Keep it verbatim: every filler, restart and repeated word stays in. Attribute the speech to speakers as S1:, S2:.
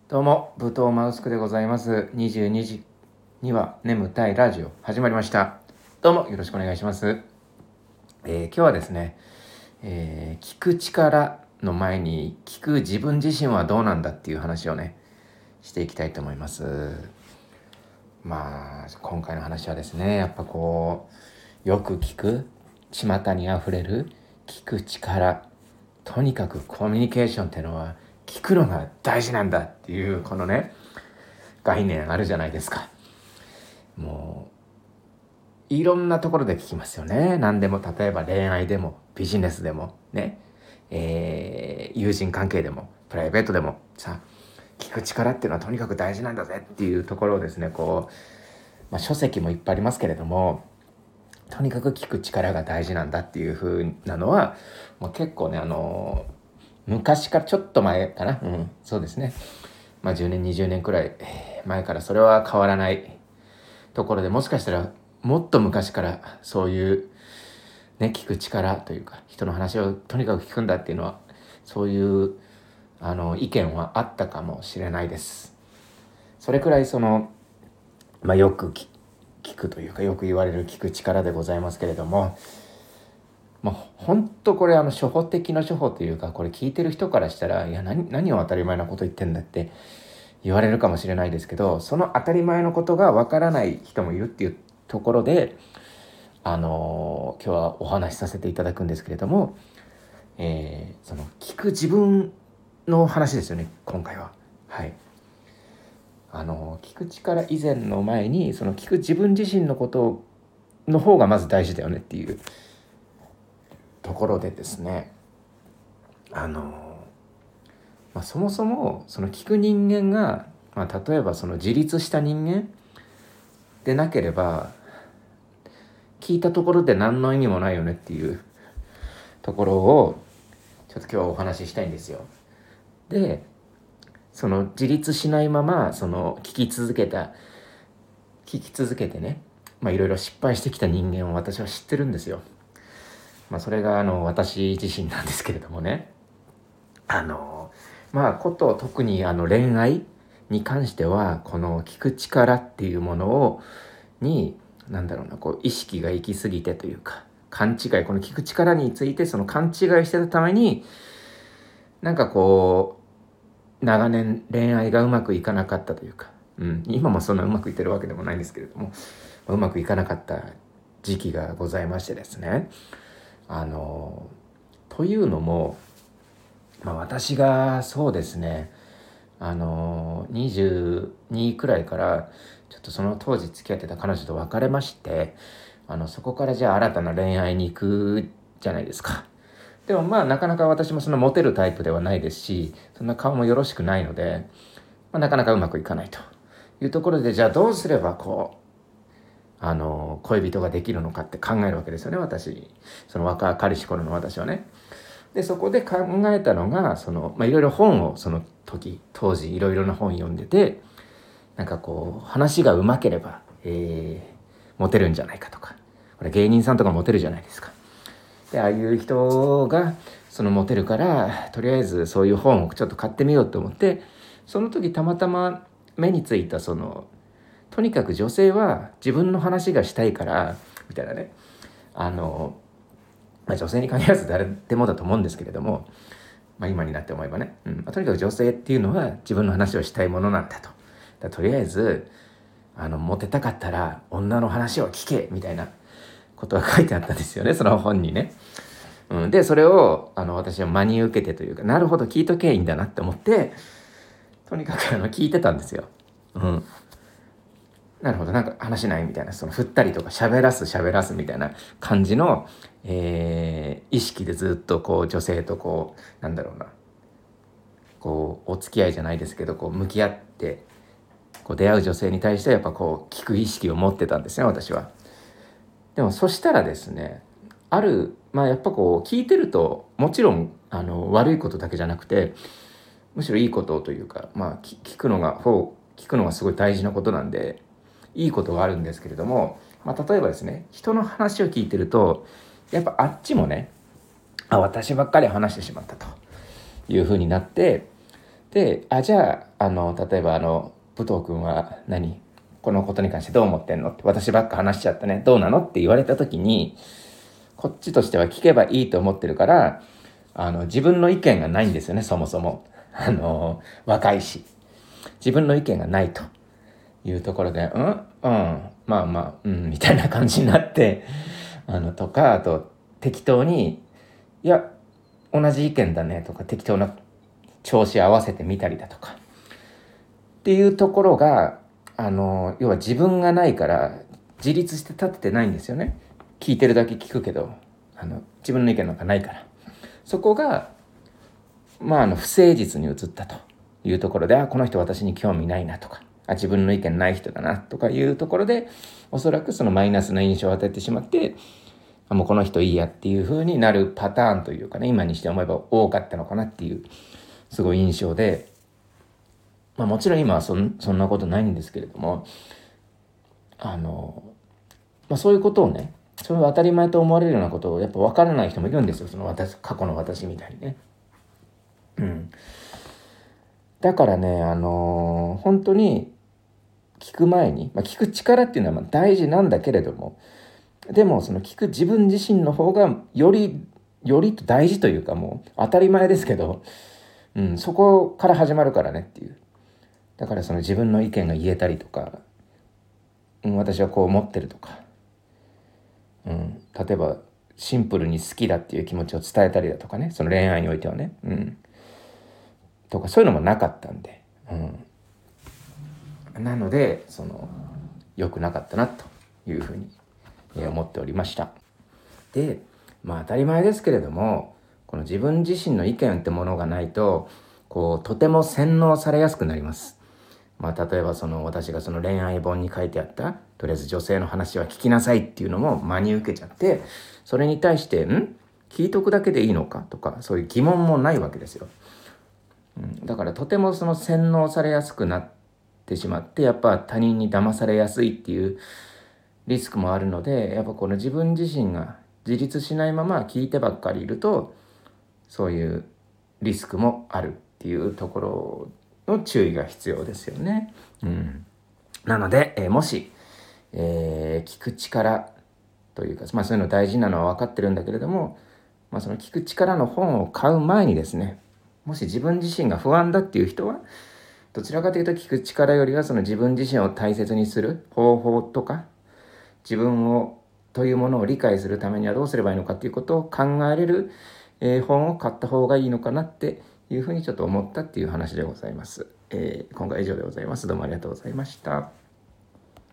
S1: どうも、武藤マウスクでございます。にじゅうにじには眠たいラジオ始まりました。どうもよろしくお願いします。えー、今日はですね、えー、聞く力の前に聞く自分自身はどうなんだっていう話をね、していきたいと思います。まあ、今回の話はですね、やっぱこう、よく聞く、巷にあふれる聞く力、とにかくコミュニケーションっていうのは聞くのが大事なんだっていうこのね概念あるじゃないですか。もういろんなところで聞きますよね。何でも、例えば恋愛でもビジネスでもね、えー、友人関係でもプライベートでもさ、聞く力っていうのはとにかく大事なんだぜっていうところをですね、こう、まあ、書籍もいっぱいありますけれども、とにかく聞く力が大事なんだっていう風なのは、まあ、結構ね、あの昔からちょっと前かな、うん、そうですね、まあ、じゅうねんにじゅうねんくらい前からそれは変わらないところで、もしかしたらもっと昔からそういうね、聞く力というか、人の話をとにかく聞くんだっていうのは、そういうあの意見はあったかもしれないです。それくらいその、まあ、よく聞聞くというか、よく言われる聞く力でございますけれども、まあ、本当これあの初歩的な初歩というか、これ聞いてる人からしたら、いや 何, 何を当たり前なこと言ってんだって言われるかもしれないですけど、その当たり前のことがわからない人もいるっていうところで、あのー、今日はお話しさせていただくんですけれども、えー、その聞く自分の話ですよね、今回は。はい。あの聞く力以前の前に、その聞く自分自身のことの方がまず大事だよねっていうところでですね、あの、まあ、そもそもその聞く人間が、まあ、例えばその自立した人間でなければ、聞いたところで何の意味もないよねっていうところをちょっと今日はお話ししたいんですよ。で、その自立しないままその聞き続けた聞き続けてね、まあいろいろ失敗してきた人間を私は知ってるんですよ。まあそれがあの私自身なんですけれどもね、あのまあこと特にあの恋愛に関しては、この聞く力っていうものをになんだろうな、こう意識が行き過ぎてというか、勘違い、この聞く力についてその勘違いしてたために、なんかこう長年恋愛がうまくいかなかったというか、うん、今もそんなうまくいってるわけでもないんですけれども、うまくいかなかった時期がございましてですね、あのというのも、まあ、私がそうですね、あのにじゅうにくらいからちょっとその当時付き合ってた彼女と別れまして、あのそこからじゃあ新たな恋愛に行くじゃないですか。でもまあなかなか私もそんなモテるタイプではないですし、そんな顔もよろしくないので、まあ、なかなかうまくいかないというところで、じゃあどうすればこうあの恋人ができるのかって考えるわけですよね、私。その若かりし頃の私はね。でそこで考えたのが、そのまあいろいろ本をその時当時いろいろな本読んでて、なんかこう話がうまければ、えー、モテるんじゃないかとか、これ芸人さんとかモテるじゃないですか。でああいう人がそのモテるから、とりあえずそういう本をちょっと買ってみようと思って、その時たまたま目についた、そのとにかく女性は自分の話がしたいからみたいなね、あの、まあ、女性に限らず誰でもだと思うんですけれども、まあ、今になって思えばね、うんまあ、とにかく女性っていうのは自分の話をしたいものなんだと。だとりあえずあのモテたかったら女の話を聞けみたいなことが書いてあったんですよね、その本にね。うん、でそれをあの私は真に受けてというか、なるほど聞いとけばいいんだなって思って、とにかくあの聞いてたんですよ。うん、なるほど、なんか話ないみたいな、その振ったりとか喋らす喋らすみたいな感じの、えー、意識でずっとこう女性とこうなんだろうな、こうお付き合いじゃないですけど、こう向き合ってこう出会う女性に対してやっぱこう聞く意識を持ってたんですね、私は。でもそしたらですね、あるまあやっぱこう聞いてると、もちろんあの悪いことだけじゃなくて、むしろいいことというか、まあ聞くのが聞くのがすごい大事なことなんで、いいことがあるんですけれども、まあ、例えばですね、人の話を聞いてると、やっぱあっちもね、あ、私ばっかり話してしまったという風になって、 で、あ、じゃあ、あの、例えばあの、武藤君は何このことに関してどう思ってんのって、私ばっか話しちゃったね。どうなのって言われた時に、こっちとしては聞けばいいと思ってるから、あの、自分の意見がないんですよね、そもそも。あの、若いし。自分の意見がないというところで、うんうんまあまあ、うん、みたいな感じになって、あの、とか、あと、適当に、いや、同じ意見だねとか、適当な調子合わせてみたりだとか。っていうところが、あの、要は自分がないから、自立して立ててないんですよね。聞いてるだけ聞くけど、あの、自分の意見なんかないから。そこが、まあ、あの、不誠実に移ったというところで、あ、この人私に興味ないなとか、あ、自分の意見ない人だなとかいうところで、おそらくそのマイナスな印象を与えてしまって、あ、もうこの人いいやっていう風になるパターンというかね、今にして思えば多かったのかなっていう、すごい印象で、まあもちろん今はそん、そんなことないんですけれども、あの、まあそういうことをね、それは当たり前と思われるようなことをやっぱ分からない人もいるんですよ。その私、過去の私みたいにね。うん。だからね、あのー本当に聞く前に、まあ、聞く力っていうのはまあ大事なんだけれども、でもその聞く自分自身の方がより、より大事というかもう当たり前ですけど、うん、そこから始まるからねっていう。だからその自分の意見が言えたりとか、うん、私はこう思ってるとか、うん、例えばシンプルに好きだっていう気持ちを伝えたりだとかね、その恋愛においてはね、うん、とかそういうのもなかったんで、うん、なのでその良くなかったなというふうに思っておりました。で、まあ当たり前ですけれども、この自分自身の意見ってものがないと、こうとても洗脳されやすくなります。まあ例えばその私がその恋愛本に書いてあった、とりあえず女性の話は聞きなさいっていうのも真に受けちゃって、それに対してん聞いとくだけでいいのかとか、そういう疑問もないわけですよ。うん、だからとてもその洗脳されやすくなってしまって、やっぱ他人に騙されやすいっていうリスクもあるので、やっぱこの自分自身が自立しないまま聞いてばっかりいると、そういうリスクもあるっていうところの注意が必要ですよね。うん、なので、えー、もし、えー、聞く力というか、まあそういうの大事なのは分かってるんだけれども、まあその聞く力の本を買う前にですね、もし自分自身が不安だっていう人は、どちらかというと聞く力よりはその自分自身を大切にする方法とか、自分をというものを理解するためにはどうすればいいのかということを考えれる、えー、本を買った方がいいのかなっていうふうにちょっと思ったっていう話でございます。えー、今回は以上でございます。どうもありがとうございました。